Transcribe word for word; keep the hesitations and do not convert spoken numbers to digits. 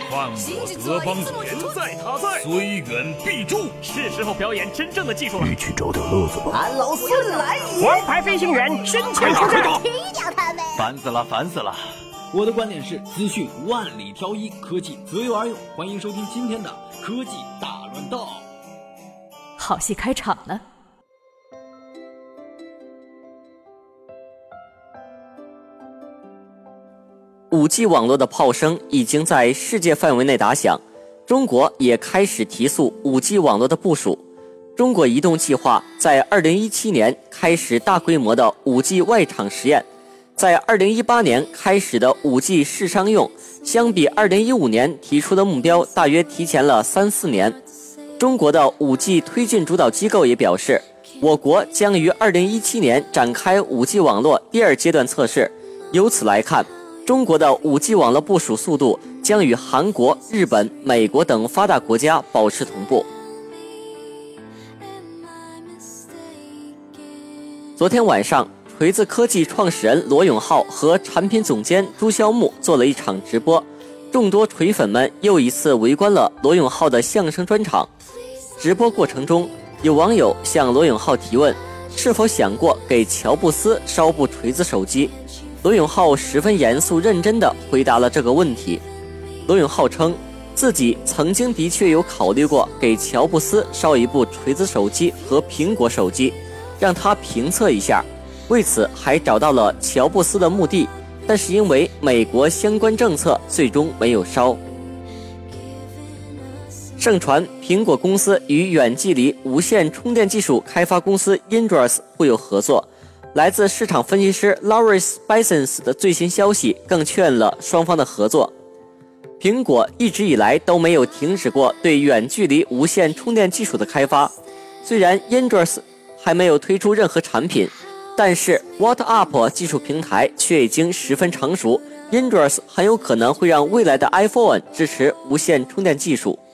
犯我德邦言在他在，虽远必诛。 是时候表演真正的技术了。 一起找点乐子吧。 俺老孙来也！ 王牌飞行员身前出战， 踢掉他们！ 烦死了，烦死了！ 我的观点是：资讯万里挑一，科技择优而用。欢迎收听今天的科技大乱斗。 好戏开场了。 五 G 网络的炮声已经在世界范围内打响，中国也开始提速 五 G 网络的部署。中国移动计划在二零一七年开始大规模的 五 G 外场实验，在二零一八年开始的 五 G 试商用，相比二零一五年提出的目标大约提前了三四年。中国的 五 G 推进主导机构也表示，我国将于二零一七年展开 五 G 网络第二阶段测试。由此来看，中国的 五 G 网络部署速度将与韩国、日本、美国等发达国家保持同步。昨天晚上，锤子科技创始人罗永浩和产品总监朱肖木做了一场直播，众多锤粉们又一次围观了罗永浩的相声专场。直播过程中，有网友向罗永浩提问，是否想过给乔布斯烧部锤子手机？罗永浩十分严肃认真地回答了这个问题。罗永浩称，自己曾经的确有考虑过给乔布斯烧一部锤子手机和苹果手机，让他评测一下，为此还找到了乔布斯的墓地，但是因为美国相关政策，最终没有烧。盛传苹果公司与远距离无线充电技术开发公司 Indras 会有合作。来自市场分析师 Lawrence Bisons 的最新消息更确认了双方的合作。苹果一直以来都没有停止过对远距离无线充电技术的开发，虽然 Indras 还没有推出任何产品，但是 WhatsApp 技术平台却已经十分成熟， Indras 很有可能会让未来的 iPhone 支持无线充电技术。